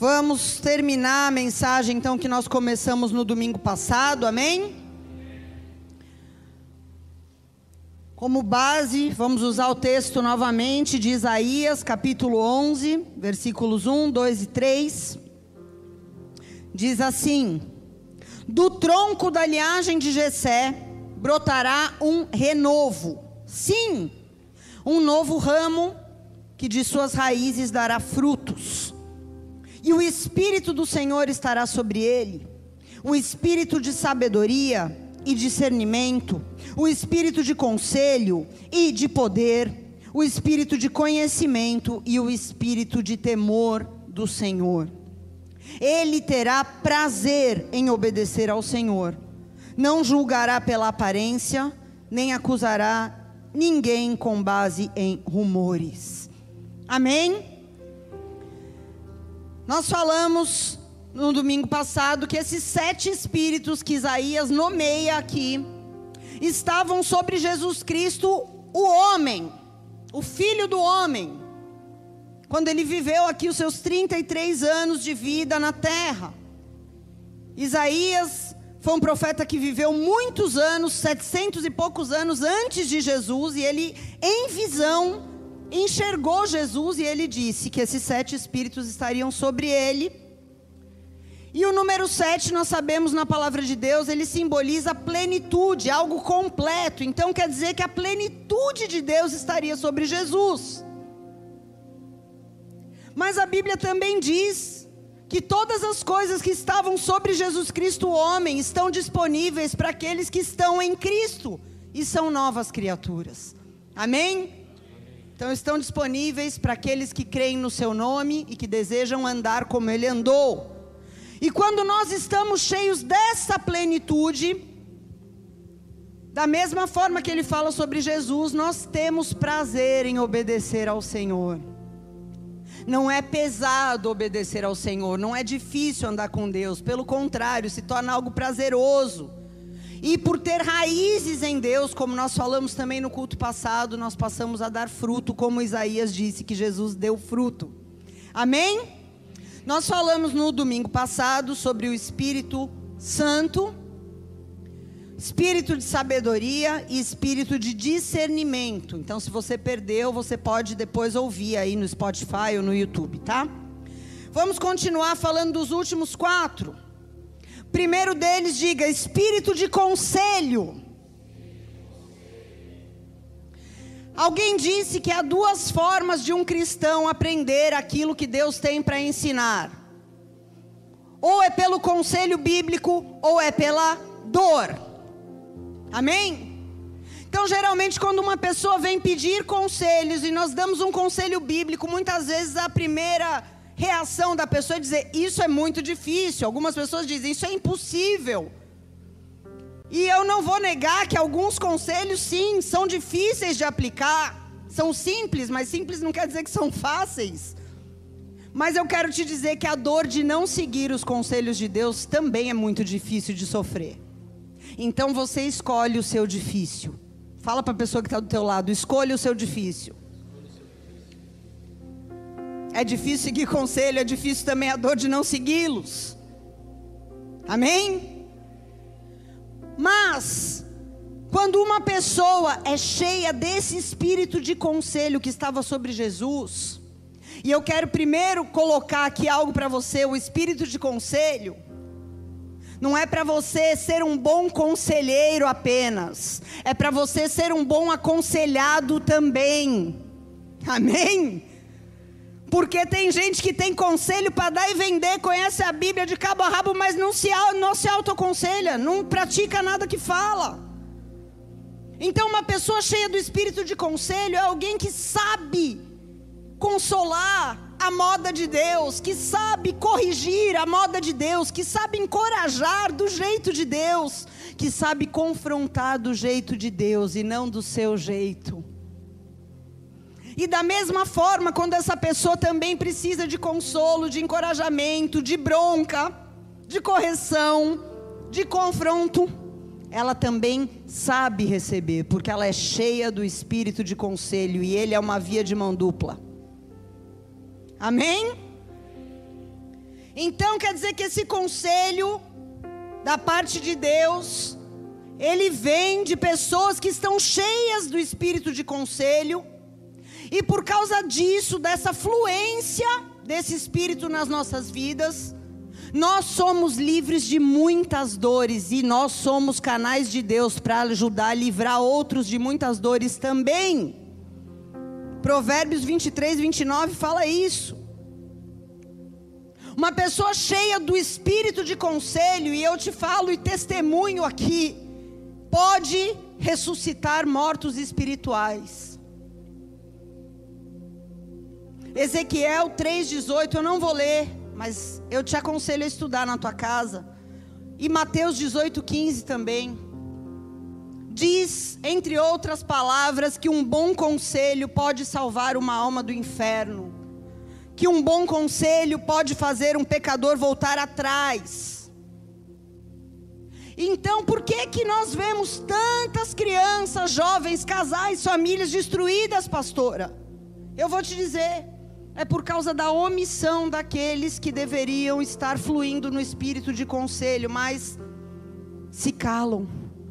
Vamos terminar a mensagem então que nós começamos no domingo passado, amém? Como base, vamos usar o texto novamente de Isaías, capítulo 11, versículos 1, 2 e 3. Diz assim: do tronco da linhagem de Jessé brotará um renovo, sim, um novo ramo que de suas raízes dará frutos. E o Espírito do Senhor estará sobre ele, o Espírito de sabedoria e discernimento, o Espírito de conselho e de poder, o Espírito de conhecimento e o Espírito de temor do Senhor. Ele terá prazer em obedecer ao Senhor, não julgará pela aparência, nem acusará ninguém com base em rumores. Amém? Nós falamos no domingo passado que esses 7 espíritos que Isaías nomeia aqui estavam sobre Jesus Cristo, o homem, o Filho do homem, quando ele viveu aqui os seus 33 anos de vida na terra. Isaías foi um profeta que viveu muitos anos, 700 e poucos anos antes de Jesus, e ele, em visão, enxergou Jesus e ele disse que esses 7 espíritos estariam sobre ele. E o número 7, nós sabemos na palavra de Deus, ele simboliza plenitude, algo completo. Então quer dizer que a plenitude de Deus estaria sobre Jesus. Mas a Bíblia também diz que todas as coisas que estavam sobre Jesus Cristo, o homem, estão disponíveis para aqueles que estão em Cristo e são novas criaturas. Amém? Então estão disponíveis para aqueles que creem no seu nome e que desejam andar como ele andou. E quando nós estamos cheios dessa plenitude, da mesma forma que ele fala sobre Jesus, nós temos prazer em obedecer ao Senhor. Não é pesado obedecer ao Senhor, não é difícil andar com Deus, pelo contrário, se torna algo prazeroso. E por ter raízes em Deus, como nós falamos também no culto passado, nós passamos a dar fruto, como Isaías disse que Jesus deu fruto. Amém? Nós falamos no domingo passado sobre o Espírito Santo, Espírito de sabedoria e Espírito de discernimento. Então, se você perdeu, você pode depois ouvir aí no Spotify ou no YouTube, tá? Vamos continuar falando dos últimos 4. Primeiro deles, diga, espírito de conselho. Alguém disse que há 2 formas de um cristão aprender aquilo que Deus tem para ensinar. Ou é pelo conselho bíblico, ou é pela dor. Amém? Então, geralmente, quando uma pessoa vem pedir conselhos e nós damos um conselho bíblico, muitas vezes a primeira reação da pessoa é dizer, isso é muito difícil. Algumas pessoas dizem, isso é impossível. E eu não vou negar que alguns conselhos, sim, são difíceis de aplicar. São simples, mas simples não quer dizer que são fáceis. Mas eu quero te dizer que a dor de não seguir os conselhos de Deus também é muito difícil de sofrer. Então você escolhe o seu difícil. Fala para a pessoa que está do teu lado, escolha o seu difícil. É difícil seguir conselho, é difícil também a dor de não segui-los. Amém? Mas, quando uma pessoa é cheia desse espírito de conselho que estava sobre Jesus, e eu quero primeiro colocar aqui algo para você, o espírito de conselho, não é para você ser um bom conselheiro apenas, é para você ser um bom aconselhado também. Amém? Porque tem gente que tem conselho para dar e vender, conhece a Bíblia de cabo a rabo, mas não se autoaconselha, não pratica nada que fala. Então uma pessoa cheia do espírito de conselho é alguém que sabe consolar a moda de Deus, que sabe corrigir a moda de Deus, que sabe encorajar do jeito de Deus, que sabe confrontar do jeito de Deus e não do seu jeito. E da mesma forma, quando essa pessoa também precisa de consolo, de encorajamento, de bronca, de correção, de confronto, ela também sabe receber, porque ela é cheia do espírito de conselho, e ele é uma via de mão dupla. Amém? Então quer dizer que esse conselho da parte de Deus, ele vem de pessoas que estão cheias do espírito de conselho, e por causa disso, dessa fluência desse espírito nas nossas vidas, nós somos livres de muitas dores, e nós somos canais de Deus para ajudar a livrar outros de muitas dores também. Provérbios 23, 29 fala isso. Uma pessoa cheia do espírito de conselho, e eu te falo e testemunho aqui, pode ressuscitar mortos espirituais. Ezequiel 3,18, eu não vou ler, mas eu te aconselho a estudar na tua casa. E Mateus 18,15 também. Diz, entre outras palavras, que um bom conselho pode salvar uma alma do inferno. Que um bom conselho pode fazer um pecador voltar atrás. Então, por que que nós vemos tantas crianças, jovens, casais, famílias destruídas, pastora? Eu vou te dizer, é por causa da omissão daqueles que deveriam estar fluindo no espírito de conselho, mas se calam.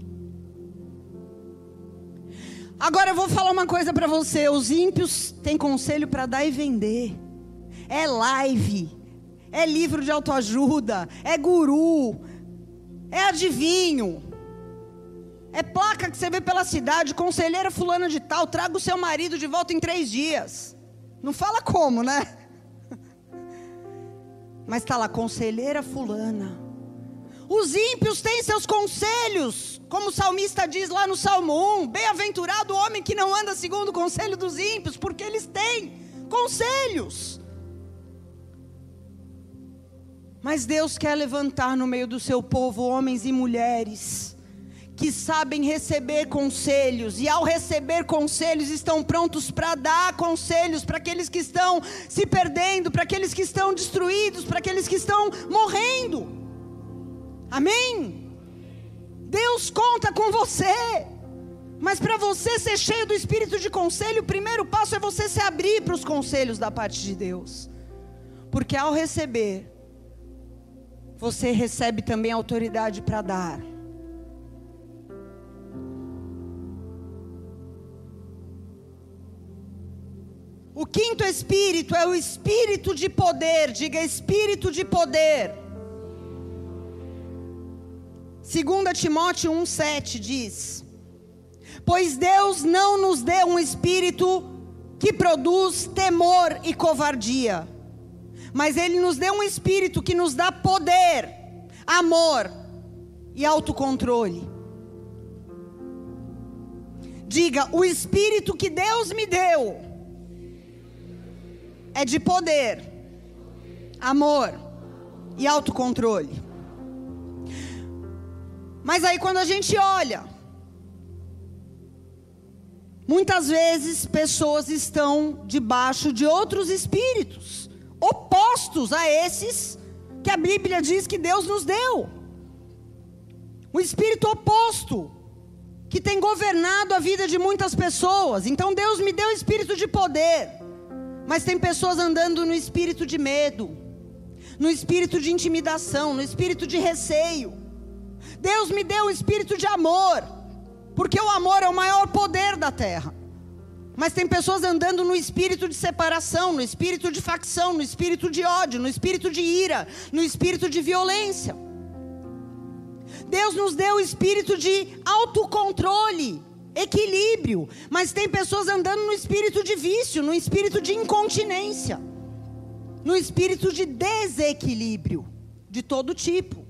Agora eu vou falar uma coisa para você, os ímpios têm conselho para dar e vender. É live, é livro de autoajuda, é guru, é adivinho, é placa que você vê pela cidade, conselheira fulana de tal, traga o seu marido de volta em 3 dias. Não fala como, né? Mas está lá, conselheira fulana. Os ímpios têm seus conselhos, como o salmista diz lá no Salmo 1, bem-aventurado o homem que não anda segundo o conselho dos ímpios, porque eles têm conselhos. Mas Deus quer levantar no meio do seu povo homens e mulheres que sabem receber conselhos, e ao receber conselhos estão prontos para dar conselhos para aqueles que estão se perdendo, para aqueles que estão destruídos, para aqueles que estão morrendo. Amém? Deus conta com você, mas para você ser cheio do espírito de conselho, o primeiro passo é você se abrir para os conselhos da parte de Deus, porque ao receber, você recebe também autoridade para dar. O quinto espírito é o espírito de poder. Diga, espírito de poder. 2 Timóteo 1,7 diz: pois Deus não nos deu um espírito que produz temor e covardia, mas Ele nos deu um espírito que nos dá poder, amor e autocontrole. Diga, o espírito que Deus me deu é de poder, amor e autocontrole. Mas aí quando a gente olha, muitas vezes pessoas estão debaixo de outros espíritos, opostos a esses que a Bíblia diz que Deus nos deu. Um espírito oposto, que tem governado a vida de muitas pessoas. Então Deus me deu o espírito de poder, mas tem pessoas andando no espírito de medo, no espírito de intimidação, no espírito de receio. Deus me deu o espírito de amor, porque o amor é o maior poder da terra. Mas tem pessoas andando no espírito de separação, no espírito de facção, no espírito de ódio, no espírito de ira, no espírito de violência. Deus nos deu o espírito de autocontrole, equilíbrio, mas tem pessoas andando no espírito de vício, no espírito de incontinência, no espírito de desequilíbrio, de todo tipo.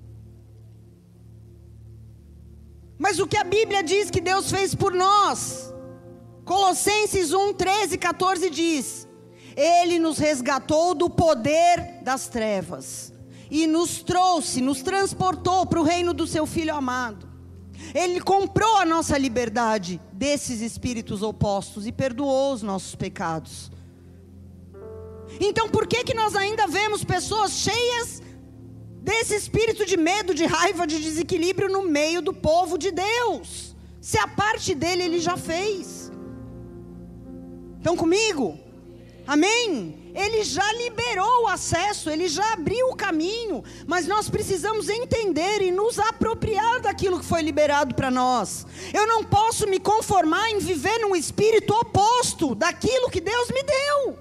Mas o que a Bíblia diz que Deus fez por nós? Colossenses 1, 13, 14 diz: Ele nos resgatou do poder das trevas e nos trouxe, nos transportou para o reino do seu Filho amado. Ele comprou a nossa liberdade desses espíritos opostos e perdoou os nossos pecados. Então por que nós ainda vemos pessoas cheias desse espírito de medo, de raiva, de desequilíbrio no meio do povo de Deus? Se a parte dele Ele já fez. Estão comigo? Amém? Ele já liberou o acesso, Ele já abriu o caminho, mas nós precisamos entender e nos apropriar daquilo que foi liberado para nós. Eu não posso me conformar em viver num espírito oposto daquilo que Deus me deu.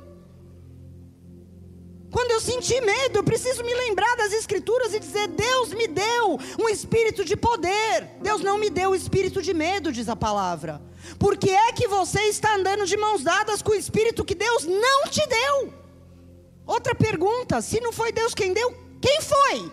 Quando eu sentir medo, eu preciso me lembrar das Escrituras e dizer: Deus me deu um espírito de poder. Deus não me deu o espírito de medo, diz a palavra. Por que é que você está andando de mãos dadas com o espírito que Deus não te deu? Outra pergunta: se não foi Deus quem deu, quem foi?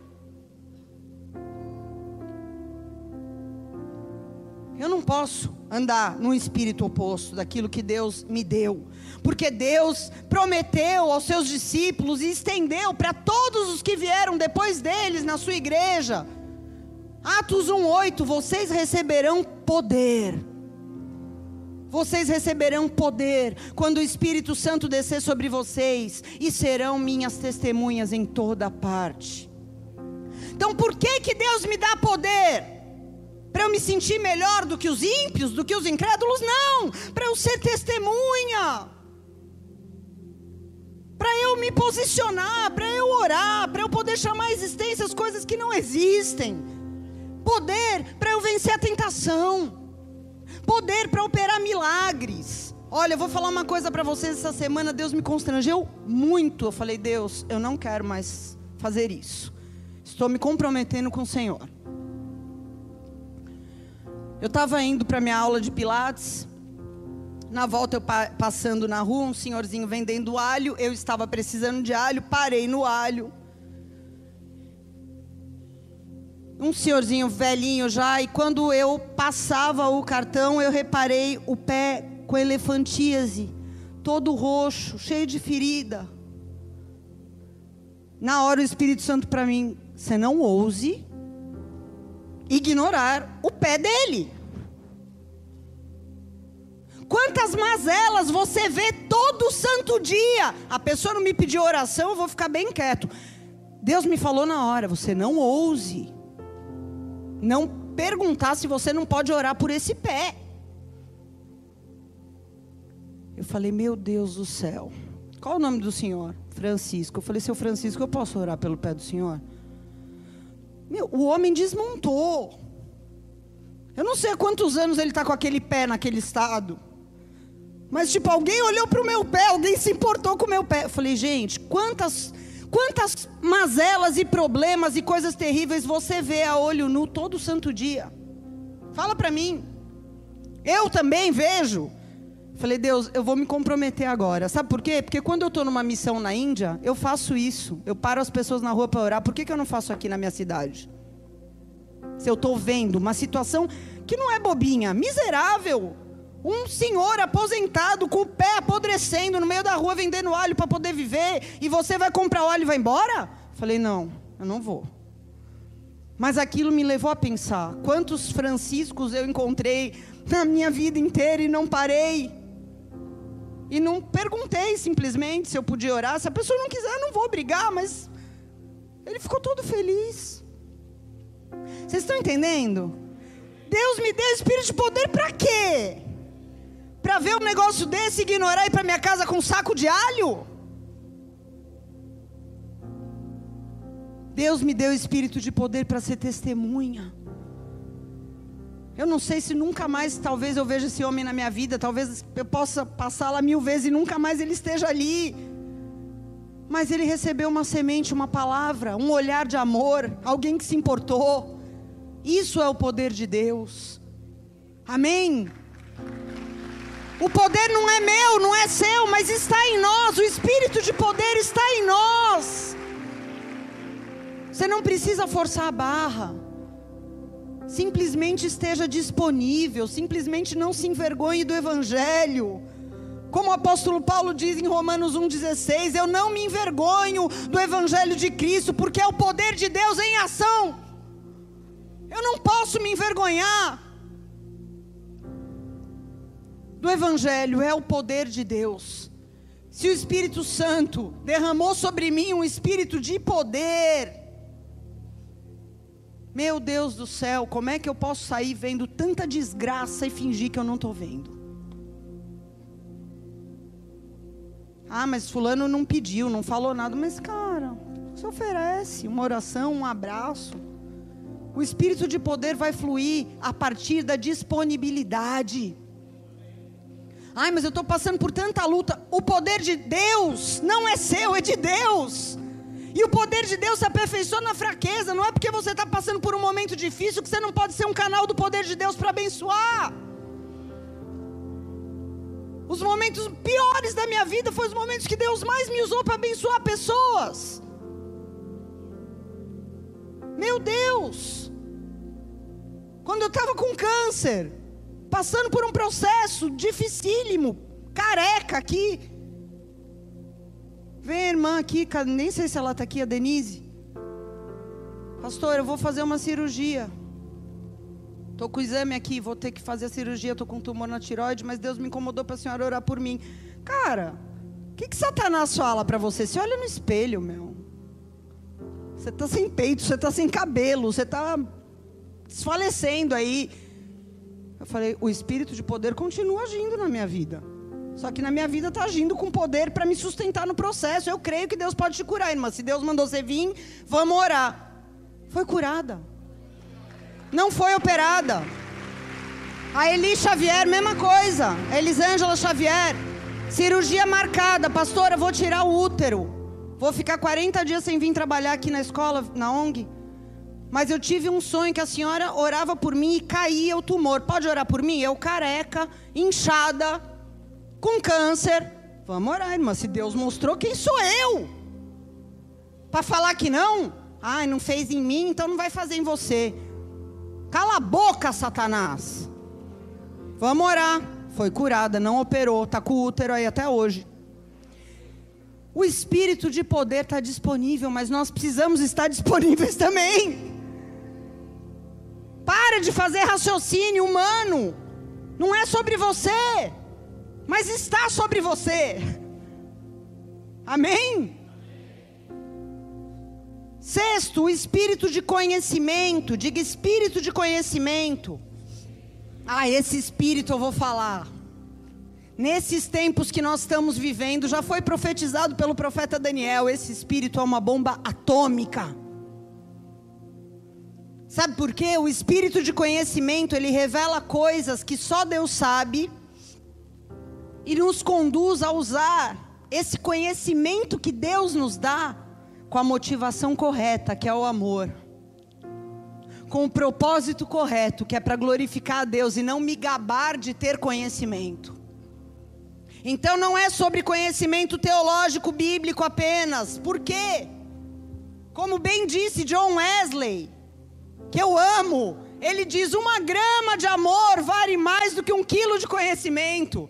Eu não posso andar num espírito oposto daquilo que Deus me deu, porque Deus prometeu aos seus discípulos e estendeu para todos os que vieram depois deles na sua igreja. Atos 1:8, vocês receberão poder. Vocês receberão poder quando o Espírito Santo descer sobre vocês, e serão minhas testemunhas em toda parte. Então por que Deus me dá poder? Para eu me sentir melhor do que os ímpios, do que os incrédulos? Não, para eu ser testemunha, para eu me posicionar, para eu orar, para eu poder chamar à existência as coisas que não existem. Poder para eu vencer a tentação, poder para operar milagres. Olha, eu vou falar uma coisa para vocês. Essa semana Deus me constrangeu muito. Eu falei: Deus, eu não quero mais fazer isso, estou me comprometendo com o Senhor. Eu estava indo para minha aula de Pilates. Na volta eu passando na rua, um senhorzinho vendendo alho. Eu estava precisando de alho, parei no alho. Um senhorzinho velhinho já, e quando eu passava o cartão, eu reparei o pé com elefantíase, todo roxo, cheio de ferida. Na hora o Espírito Santo para mim: você não ouse ignorar o pé dele. Quantas mazelas você vê todo santo dia? A pessoa não me pediu oração, eu vou ficar bem quieto. Deus me falou na hora: você não ouse não perguntar se você não pode orar por esse pé. Eu falei: meu Deus do céu, qual é o nome do senhor? Francisco. Eu falei: seu Francisco, eu posso orar pelo pé do senhor? O homem desmontou. Eu não sei há quantos anos ele está com aquele pé naquele estado, mas tipo, alguém olhou para o meu pé, alguém se importou com o meu pé. Eu falei: gente, quantas mazelas e problemas e coisas terríveis você vê a olho nu todo santo dia? Fala para mim. Eu também vejo. Falei: Deus, eu vou me comprometer agora. Sabe por quê? Porque quando eu estou numa missão na Índia, eu faço isso. Eu paro as pessoas na rua para orar. Por que eu não faço aqui na minha cidade? Se eu estou vendo uma situação que não é bobinha, miserável, um senhor aposentado com o pé apodrecendo no meio da rua vendendo alho para poder viver, e você vai comprar óleo e vai embora? Falei: não, eu não vou. Mas aquilo me levou a pensar: quantos Franciscos eu encontrei na minha vida inteira e não parei. E não perguntei simplesmente se eu podia orar. Se a pessoa não quiser, eu não vou brigar, mas ele ficou todo feliz. Vocês estão entendendo? Deus me deu espírito de poder para quê? Para ver um negócio desse, ignorar e ir para minha casa com um saco de alho? Deus me deu espírito de poder para ser testemunha. Eu não sei se nunca mais, talvez eu veja esse homem na minha vida, talvez eu possa passar lá 1000 vezes e nunca mais ele esteja ali. Mas ele recebeu uma semente, uma palavra, um olhar de amor, alguém que se importou. Isso é o poder de Deus. Amém? O poder não é meu, não é seu, mas está em nós. O espírito de poder está em nós. Você não precisa forçar a barra. Simplesmente esteja disponível, simplesmente não se envergonhe do Evangelho. Como o apóstolo Paulo diz em Romanos 1,16: eu não me envergonho do Evangelho de Cristo, porque é o poder de Deus em ação. Eu não posso me envergonhar do Evangelho, é o poder de Deus. Se o Espírito Santo derramou sobre mim um espírito de poder, meu Deus do céu, como é que eu posso sair vendo tanta desgraça e fingir que eu não estou vendo? Ah, mas fulano não pediu, não falou nada. Mas, cara, você oferece uma oração, um abraço. O espírito de poder vai fluir a partir da disponibilidade. Ai, mas eu estou passando por tanta luta. O poder de Deus não é seu, é de Deus. E o poder de Deus se aperfeiçoa na fraqueza. Não é porque você está passando por um momento difícil que você não pode ser um canal do poder de Deus para abençoar. Os momentos piores da minha vida foram os momentos que Deus mais me usou para abençoar pessoas. Meu Deus! Quando eu estava com câncer, passando por um processo dificílimo, careca aqui. Vem a irmã aqui, nem sei se ela está aqui, a Denise. Pastor, eu vou fazer uma cirurgia. Estou com o exame aqui, vou ter que fazer a cirurgia, estou com um tumor na tireoide, mas Deus me incomodou para a senhora orar por mim. Cara, o que Satanás fala para você? Você olha no espelho, meu. Você está sem peito, você está sem cabelo, você está desfalecendo aí. Eu falei, o espírito de poder continua agindo na minha vida. Só que na minha vida está agindo com poder para me sustentar no processo. Eu creio que Deus pode te curar, irmã. Se Deus mandou você vir, vamos orar. Foi curada. Não foi operada. A Eli Xavier, mesma coisa. A Elisângela Xavier, cirurgia marcada. Pastora, vou tirar o útero. Vou ficar 40 dias sem vir trabalhar aqui na escola, na ONG. Mas eu tive um sonho que a senhora orava por mim e caía o tumor. Pode orar por mim? Eu careca, inchada, com câncer. Vamos orar, irmã. Se Deus mostrou, quem sou eu? Para falar que não? Ai, não fez em mim, então não vai fazer em você. Cala a boca, Satanás. Vamos orar. Foi curada, não operou. Está com o útero aí até hoje. O espírito de poder está disponível, mas nós precisamos estar disponíveis também. Para de fazer raciocínio humano. Não é sobre você, mas está sobre você. Amém? Sexto, o espírito de conhecimento. Diga espírito de conhecimento. Ah, esse espírito eu vou falar. Nesses tempos que nós estamos vivendo, já foi profetizado pelo profeta Daniel, esse espírito é uma bomba atômica. Sabe por quê? O espírito de conhecimento, ele revela coisas que só Deus sabe e nos conduz a usar esse conhecimento que Deus nos dá com a motivação correta, que é o amor. Com o propósito correto, que é para glorificar a Deus e não me gabar de ter conhecimento. Então não é sobre conhecimento teológico bíblico apenas. Por quê? Como bem disse John Wesley, que eu amo, ele diz: 1 grama de amor vale mais do que 1 quilo de conhecimento.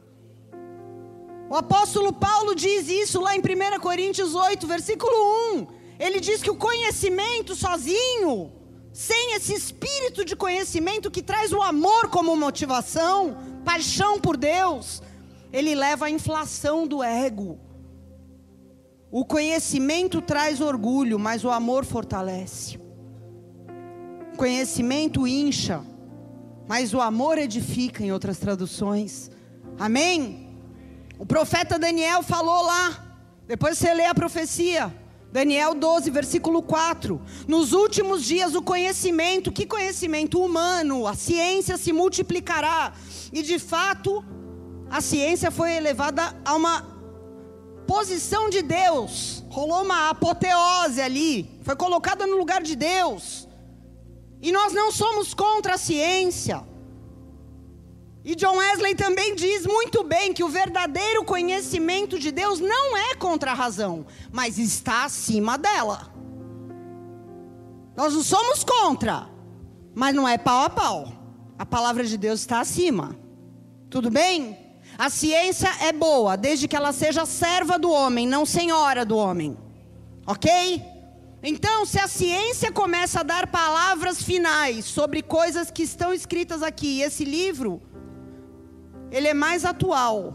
O apóstolo Paulo diz isso lá em 1 Coríntios 8, versículo 1. Ele diz que o conhecimento sozinho, sem esse espírito de conhecimento que traz o amor como motivação, paixão por Deus, ele leva à inflação do ego. O conhecimento traz orgulho, mas o amor fortalece. O conhecimento incha, mas o amor edifica, em outras traduções. Amém? O profeta Daniel falou lá, depois você lê a profecia, Daniel 12, versículo 4. Nos últimos dias o conhecimento, que conhecimento humano, a ciência se multiplicará. E de fato, a ciência foi elevada a uma posição de Deus. Rolou uma apoteose ali, foi colocada no lugar de Deus. E nós não somos contra a ciência. E John Wesley também diz muito bem que o verdadeiro conhecimento de Deus não é contra a razão, mas está acima dela. Nós não somos contra, mas não é pau a pau. A palavra de Deus está acima. Tudo bem? A ciência é boa, desde que ela seja serva do homem, não senhora do homem. Ok? Então, se a ciência começa a dar palavras finais sobre coisas que estão escritas aqui, e esse livro, ele é mais atual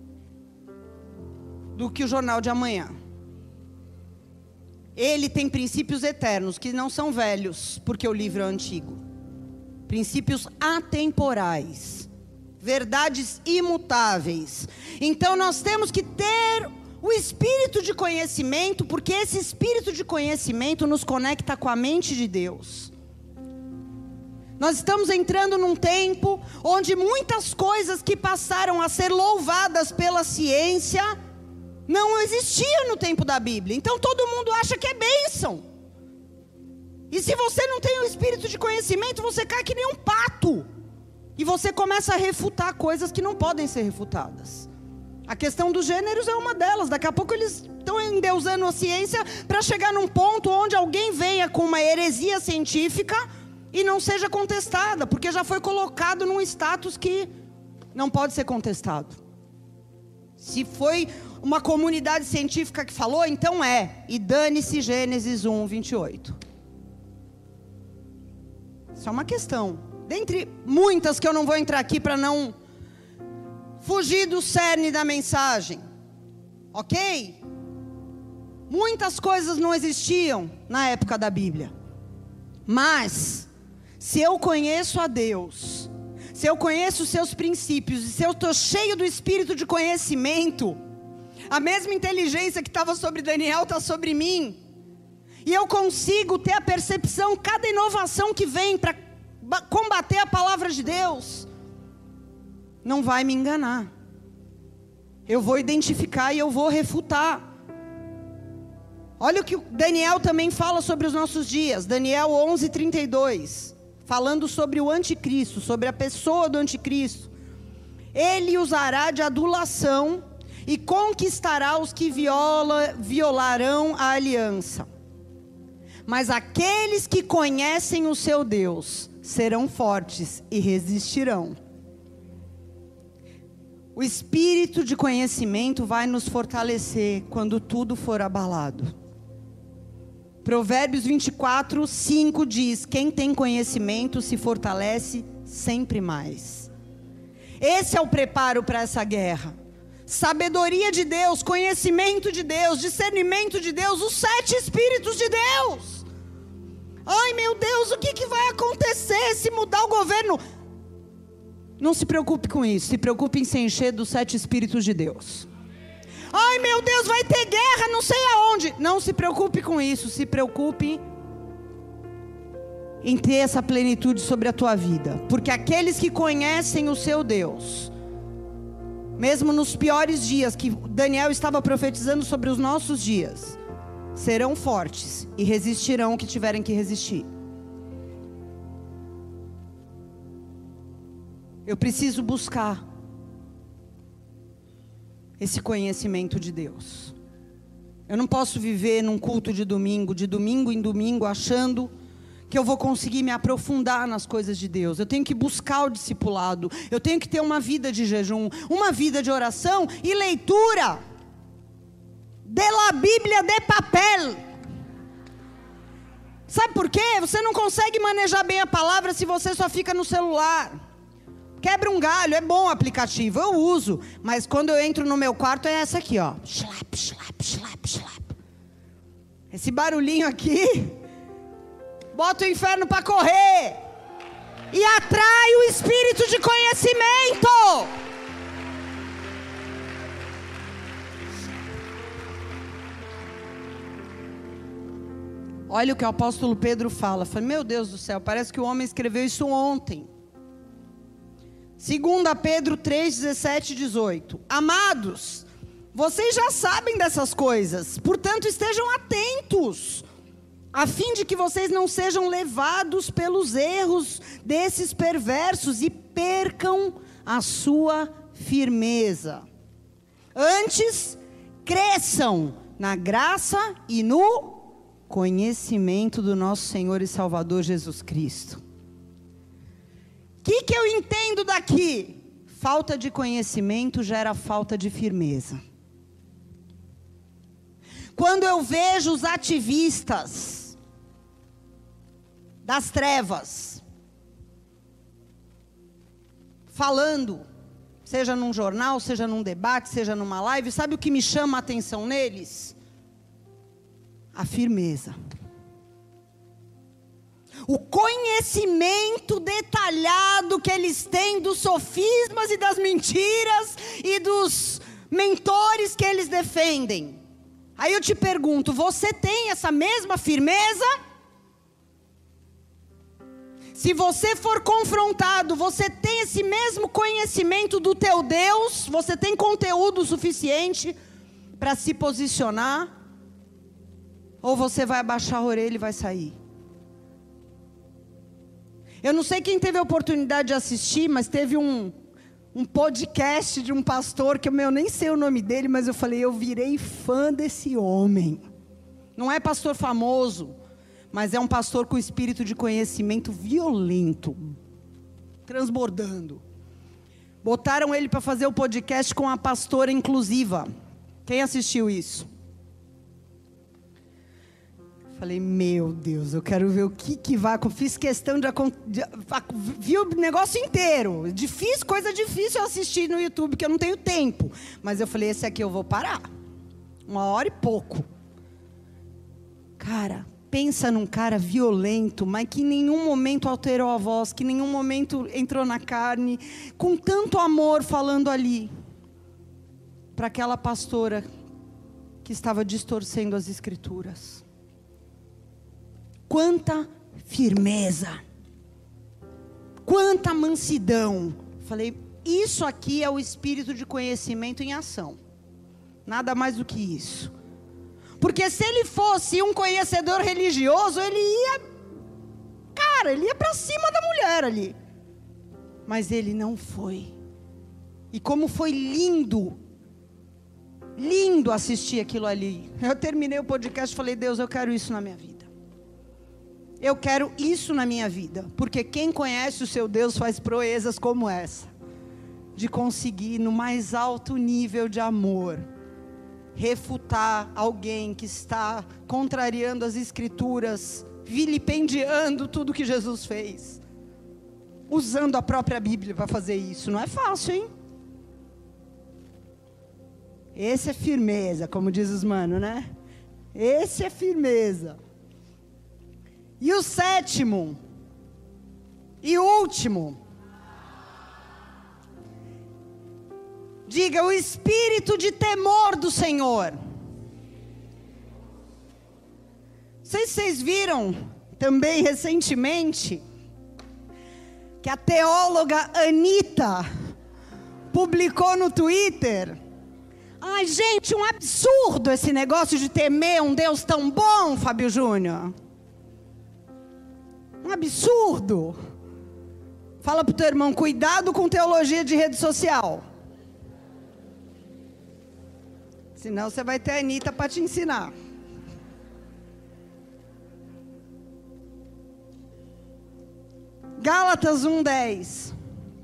do que o Jornal de Amanhã. Ele tem princípios eternos, que não são velhos, porque o livro é antigo. Princípios atemporais. verdades imutáveis. Então nós temos que ter o espírito de conhecimento, porque esse espírito de conhecimento nos conecta com a mente de Deus. Nós estamos entrando num tempo onde muitas coisas que passaram a ser louvadas pela ciência não existiam no tempo da Bíblia. Então todo mundo acha que é bênção. E se você não tem o espírito de conhecimento, você cai que nem um pato. E você começa a refutar coisas que não podem ser refutadas. A questão dos gêneros é uma delas. Daqui a pouco eles estão endeusando a ciência para chegar num ponto onde alguém venha com uma heresia científica e não seja contestada, porque já foi colocado num status que não pode ser contestado. Se foi uma comunidade científica que falou, então é. E dane-se Gênesis 1, 28. Isso é uma questão. Dentre muitas que eu não vou entrar aqui para não fugir do cerne da mensagem. Ok? Muitas coisas não existiam na época da Bíblia. Mas, se eu conheço a Deus, se eu conheço os seus princípios, e se eu estou cheio do espírito de conhecimento, a mesma inteligência que estava sobre Daniel está sobre mim. E eu consigo ter a percepção, cada inovação que vem para combater a palavra de Deus, não vai me enganar. Eu vou identificar e eu vou refutar. Olha o que Daniel também fala sobre os nossos dias. Daniel 11:32. Falando sobre o anticristo, sobre a pessoa do anticristo. Ele usará de adulação e conquistará os que violarão a aliança. Mas aqueles que conhecem o seu Deus serão fortes e resistirão. O espírito de conhecimento vai nos fortalecer quando tudo for abalado. Provérbios 24, 5 diz: quem tem conhecimento se fortalece sempre mais. Esse é o preparo para essa guerra. Sabedoria de Deus, conhecimento de Deus, discernimento de Deus, os 7 Espíritos de Deus. Ai meu Deus, o que vai acontecer se mudar o governo? Não se preocupe com isso, se preocupe em se encher dos 7 Espíritos de Deus. Ai meu Deus, vai ter guerra não sei aonde. Não se preocupe com isso, se preocupe em ter essa plenitude sobre a tua vida. Porque aqueles que conhecem o seu Deus, mesmo nos piores dias que Daniel estava profetizando sobre os nossos dias, serão fortes e resistirão o que tiverem que resistir. Eu preciso buscar esse conhecimento de Deus. Eu não posso viver num culto de domingo em domingo, achando que eu vou conseguir me aprofundar nas coisas de Deus. Eu tenho que buscar o discipulado. Eu tenho que ter uma vida de jejum, uma vida de oração e leitura de la Bíblia de papel. Sabe por quê? Você não consegue manejar bem a palavra se você só fica no celular. Quebra um galho, é bom o aplicativo, eu uso. Mas quando eu entro no meu quarto é essa aqui, ó. Schlap, schlap, schlap, schlap. Esse barulhinho aqui bota o inferno para correr. E atrai o espírito de conhecimento. Olha o que o apóstolo Pedro fala. Fala, meu Deus do céu, parece que o homem escreveu isso ontem. 2 Pedro 3, 17 e 18. Amados, vocês já sabem dessas coisas, portanto estejam atentos, a fim de que vocês não sejam levados pelos erros desses perversos e percam a sua firmeza. Antes, cresçam na graça e no conhecimento do nosso Senhor e Salvador Jesus Cristo. O que eu entendo daqui? Falta de conhecimento gera falta de firmeza. Quando eu vejo os ativistas das trevas falando, seja num jornal, seja num debate, seja numa live, sabe o que me chama a atenção neles? A firmeza. O conhecimento detalhado que eles têm dos sofismas e das mentiras e dos mentores que eles defendem. Aí eu te pergunto, você tem essa mesma firmeza? Se você for confrontado, você tem esse mesmo conhecimento do teu Deus? Você tem conteúdo suficiente para se posicionar? Ou você vai abaixar a orelha e vai sair? Eu não sei quem teve a oportunidade de assistir, mas teve um podcast de um pastor, que eu nem sei o nome dele, mas eu falei, eu virei fã desse homem. Não é pastor famoso, mas é um pastor com espírito de conhecimento violento, transbordando. Botaram ele para fazer o podcast com a pastora inclusiva. Quem assistiu isso? Falei, meu Deus, eu quero ver o que vai acontecer. Fiz questão de vi o negócio inteiro. Difícil, coisa difícil eu assistir no YouTube, que eu não tenho tempo. Mas eu falei, esse aqui eu vou parar. 1h e pouco. Cara, pensa num cara violento, mas que em nenhum momento alterou a voz, que em nenhum momento entrou na carne, com tanto amor falando ali, para aquela pastora que estava distorcendo as escrituras. Quanta firmeza, quanta mansidão. Falei, isso aqui é o espírito de conhecimento em ação. Nada mais do que isso. Porque se ele fosse um conhecedor religioso, ele ia para cima da mulher ali. Mas ele não foi. E como foi lindo assistir aquilo ali. Eu terminei o podcast e falei, Deus, eu quero isso na minha vida. Eu quero isso na minha vida, porque quem conhece o seu Deus faz proezas como essa, de conseguir no mais alto nível de amor, refutar alguém que está contrariando as escrituras, vilipendiando tudo que Jesus fez, usando a própria Bíblia para fazer isso. Não é fácil, hein? Esse é firmeza, como diz os manos, né? Esse é firmeza. E o 7º e último, diga, o espírito de temor do Senhor. Não sei se vocês viram também recentemente que a teóloga Anitta publicou no Twitter. Ai, gente, um absurdo esse negócio de temer um Deus tão bom, Fábio Júnior. Um absurdo. Fala pro teu irmão, cuidado com teologia de rede social. Senão você vai ter a Anitta para te ensinar. Gálatas 1:10.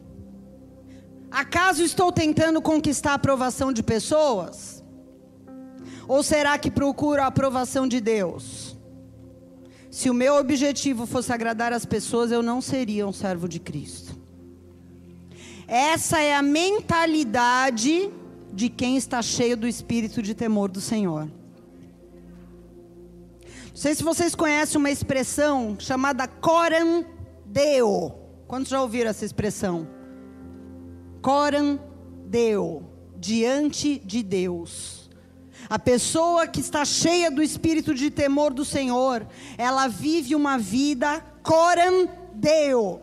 Acaso estou tentando conquistar a aprovação de pessoas? Ou será que procuro a aprovação de Deus? Se o meu objetivo fosse agradar as pessoas, eu não seria um servo de Cristo. Essa é a mentalidade de quem está cheio do espírito de temor do Senhor. Não sei se vocês conhecem uma expressão chamada coram Deo. Quantos já ouviram essa expressão? Coram Deo, diante de Deus. A pessoa que está cheia do espírito de temor do Senhor, ela vive uma vida coram Deo.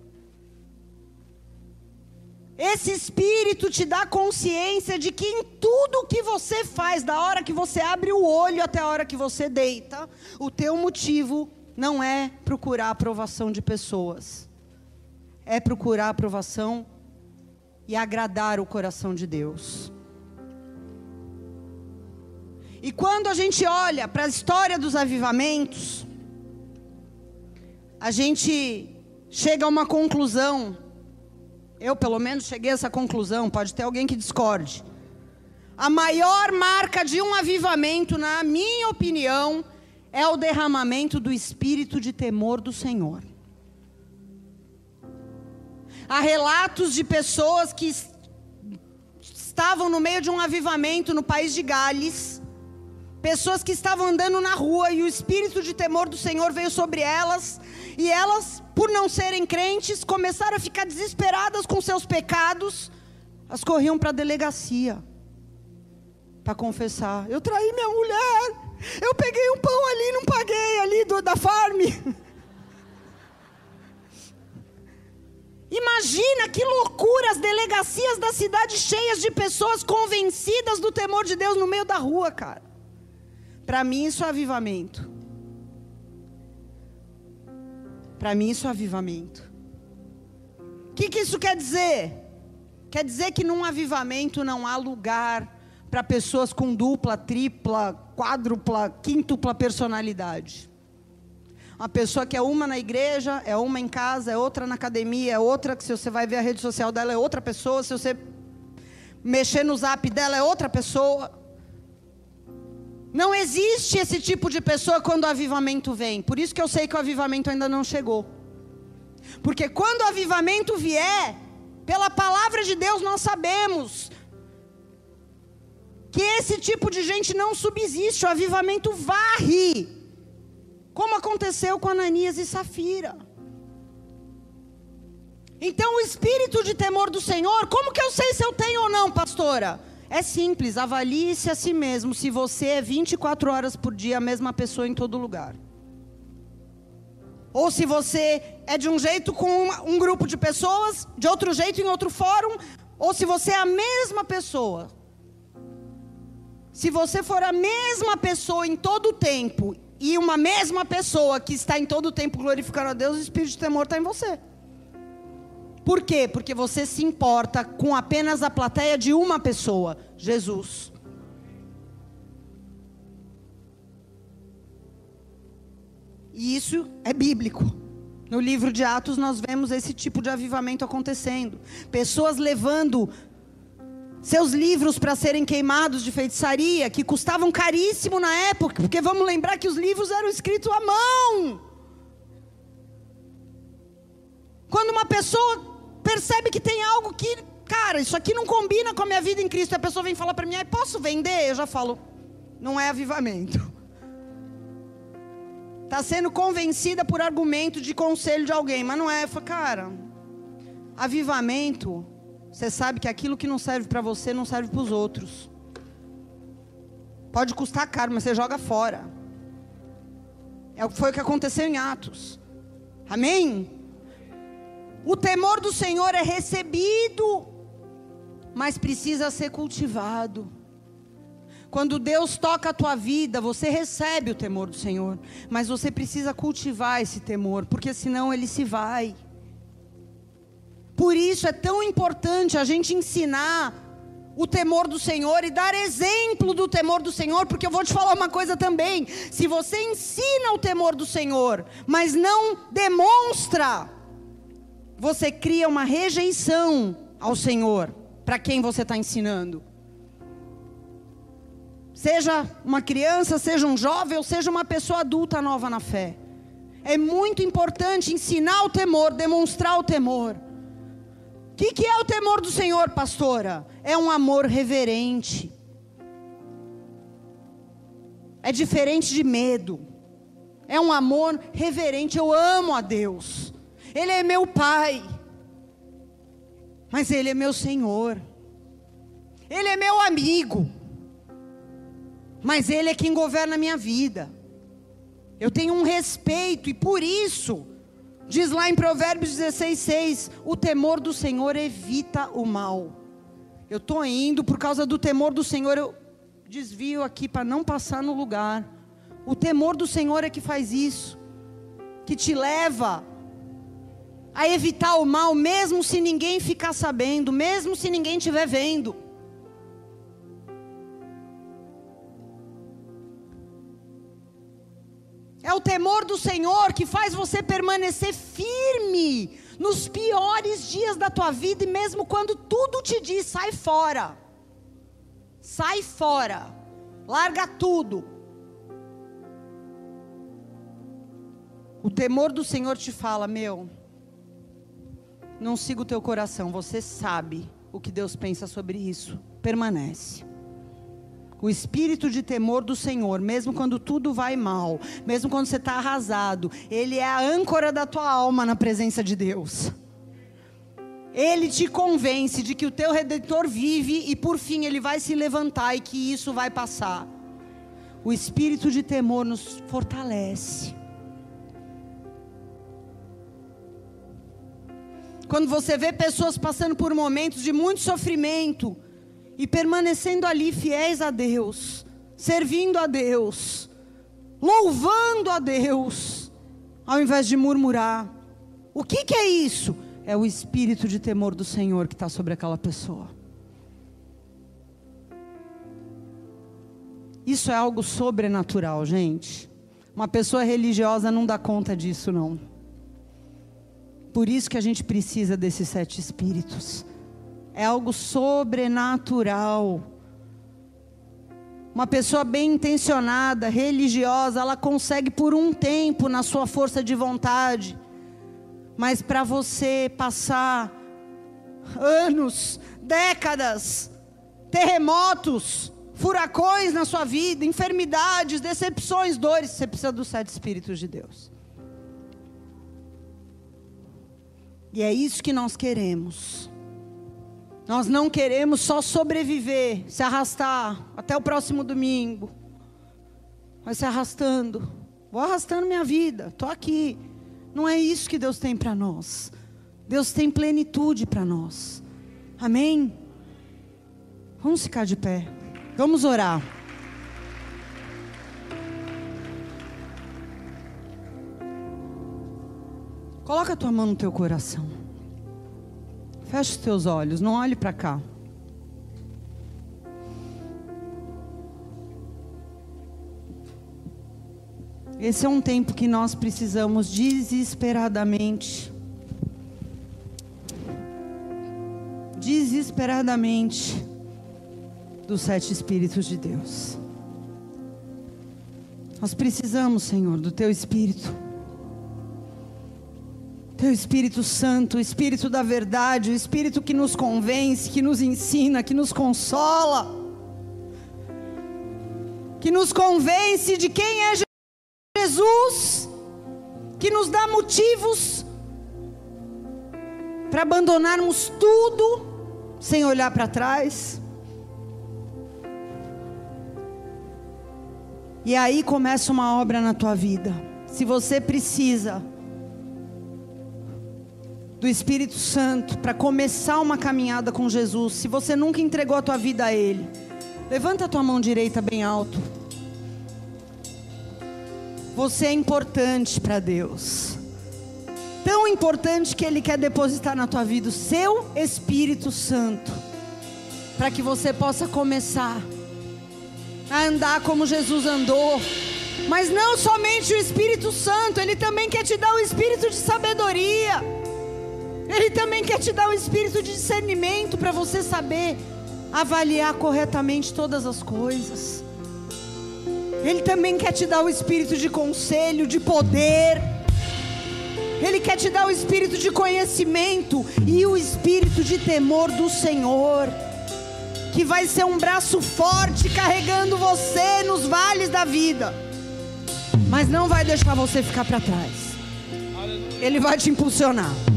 Esse espírito te dá consciência de que em tudo que você faz, da hora que você abre o olho até a hora que você deita, o teu motivo não é procurar a aprovação de pessoas. É procurar a aprovação e agradar o coração de Deus. E quando a gente olha para a história dos avivamentos, a gente chega a uma conclusão. Eu, pelo menos, cheguei a essa conclusão. Pode ter alguém que discorde. A maior marca de um avivamento, na minha opinião, é o derramamento do espírito de temor do Senhor. Há relatos de pessoas que estavam no meio de um avivamento no país de Gales, Pessoas que estavam andando na rua e o espírito de temor do Senhor veio sobre elas. E elas, por não serem crentes, começaram a ficar desesperadas com seus pecados. Elas corriam para a delegacia para confessar: eu traí minha mulher, eu peguei um pão ali, não paguei ali da farm. Imagina que loucura, as delegacias da cidade cheias de pessoas convencidas do temor de Deus no meio da rua, cara. Para mim isso é avivamento. Para mim isso é avivamento. O que isso quer dizer? Quer dizer que num avivamento não há lugar para pessoas com dupla, tripla, quádrupla, quíntupla personalidade. Uma pessoa que é uma na igreja, é uma em casa, é outra na academia, é outra que, se você vai ver a rede social dela, é outra pessoa. Se você mexer no zap dela, é outra pessoa. Não existe esse tipo de pessoa quando o avivamento vem. Por isso que eu sei que o avivamento ainda não chegou. Porque quando o avivamento vier, pela palavra de Deus nós sabemos que esse tipo de gente não subsiste. O avivamento varre, como aconteceu com Ananias e Safira. Então o espírito de temor do Senhor, como que eu sei se eu tenho ou não, pastora? É simples, avalie-se a si mesmo, se você é 24 horas por dia a mesma pessoa em todo lugar. Ou se você é de um jeito com um grupo de pessoas, de outro jeito em outro fórum, ou se você é a mesma pessoa. Se você for a mesma pessoa em todo o tempo, e uma mesma pessoa que está em todo o tempo glorificando a Deus, o espírito de temor está em você. Por quê? Porque você se importa com apenas a plateia de uma pessoa, Jesus. E isso é bíblico. No livro de Atos nós vemos esse tipo de avivamento acontecendo. Pessoas levando seus livros para serem queimados de feitiçaria, que custavam caríssimo na época, porque vamos lembrar que os livros eram escritos à mão. Quando uma pessoa percebe que tem algo que, cara, isso aqui não combina com a minha vida em Cristo, a pessoa vem falar para mim: posso vender? Eu já falo: não é avivamento. Está sendo convencida por argumento de conselho de alguém, mas não é. Eu falo: cara, avivamento, você sabe que aquilo que não serve para você não serve para os outros. Pode custar caro, mas você joga fora. Foi o que aconteceu em Atos. Amém? O temor do Senhor é recebido, mas precisa ser cultivado. Quando Deus toca a tua vida, você recebe o temor do Senhor, mas você precisa cultivar esse temor, porque senão ele se vai. Por isso é tão importante a gente ensinar o temor do Senhor e dar exemplo do temor do Senhor, porque eu vou te falar uma coisa também: se você ensina o temor do Senhor, mas não demonstra, você cria uma rejeição ao Senhor, para quem você está ensinando. Seja uma criança, seja um jovem, ou seja uma pessoa adulta nova na fé. É muito importante ensinar o temor, demonstrar o temor. O que é o temor do Senhor, pastora? É um amor reverente. É diferente de medo. É um amor reverente. Eu amo a Deus. Ele é meu Pai, mas Ele é meu Senhor. Ele é meu amigo, mas Ele é quem governa a minha vida. Eu tenho um respeito, e por isso, diz lá em Provérbios 16:6, o temor do Senhor evita o mal. Eu estou indo, por causa do temor do Senhor, eu desvio aqui para não passar no lugar. O temor do Senhor é que faz isso, que te leva a evitar o mal, mesmo se ninguém ficar sabendo, mesmo se ninguém estiver vendo. É o temor do Senhor que faz você permanecer firme nos piores dias da tua vida, e mesmo quando tudo te diz: sai fora, larga tudo. O temor do Senhor te fala: meu, não siga o teu coração, você sabe o que Deus pensa sobre isso, permanece. O espírito de temor do Senhor, mesmo quando tudo vai mal, mesmo quando você está arrasado, ele é a âncora da tua alma na presença de Deus. Ele te convence de que o teu Redentor vive e por fim ele vai se levantar e que isso vai passar. O espírito de temor nos fortalece. Quando você vê pessoas passando por momentos de muito sofrimento e permanecendo ali fiéis a Deus, servindo a Deus, louvando a Deus, ao invés de murmurar. O que é isso? É o espírito de temor do Senhor que está sobre aquela pessoa. Isso é algo sobrenatural, gente. Uma pessoa religiosa não dá conta disso, não. Por isso que a gente precisa desses 7 espíritos. É algo sobrenatural. Uma pessoa bem intencionada, religiosa, ela consegue por um tempo na sua força de vontade. Mas para você passar anos, décadas, terremotos, furacões na sua vida, enfermidades, decepções, dores, você precisa dos 7 espíritos de Deus. E é isso que nós queremos. Nós não queremos só sobreviver, se arrastar até o próximo domingo. Vai se arrastando. Vou arrastando minha vida, estou aqui. Não é isso que Deus tem para nós. Deus tem plenitude para nós. Amém? Vamos ficar de pé. Vamos orar. Coloca a tua mão no teu coração. Fecha os teus olhos, não olhe para cá. Esse é um tempo que nós precisamos desesperadamente dos 7 Espíritos de Deus. Nós precisamos, Senhor, do Teu Espírito. Teu Espírito Santo, o Espírito da verdade, o Espírito que nos convence, que nos ensina, que nos consola, que nos convence de quem é Jesus, que nos dá motivos para abandonarmos tudo sem olhar para trás. E aí começa uma obra na tua vida. Se você precisa do Espírito Santo para começar uma caminhada com Jesus, se você nunca entregou a tua vida a Ele, levanta a tua mão direita bem alto. Você é importante para Deus, tão importante que Ele quer depositar na tua vida o seu Espírito Santo, para que você possa começar a andar como Jesus andou. Mas não somente o Espírito Santo, Ele também quer te dar o espírito de sabedoria, Ele também quer te dar o espírito de discernimento, para você saber avaliar corretamente todas as coisas. Ele também quer te dar o espírito de conselho, de poder. Ele quer te dar o espírito de conhecimento e o espírito de temor do Senhor, que vai ser um braço forte carregando você nos vales da vida, mas não vai deixar você ficar para trás. Ele vai te impulsionar.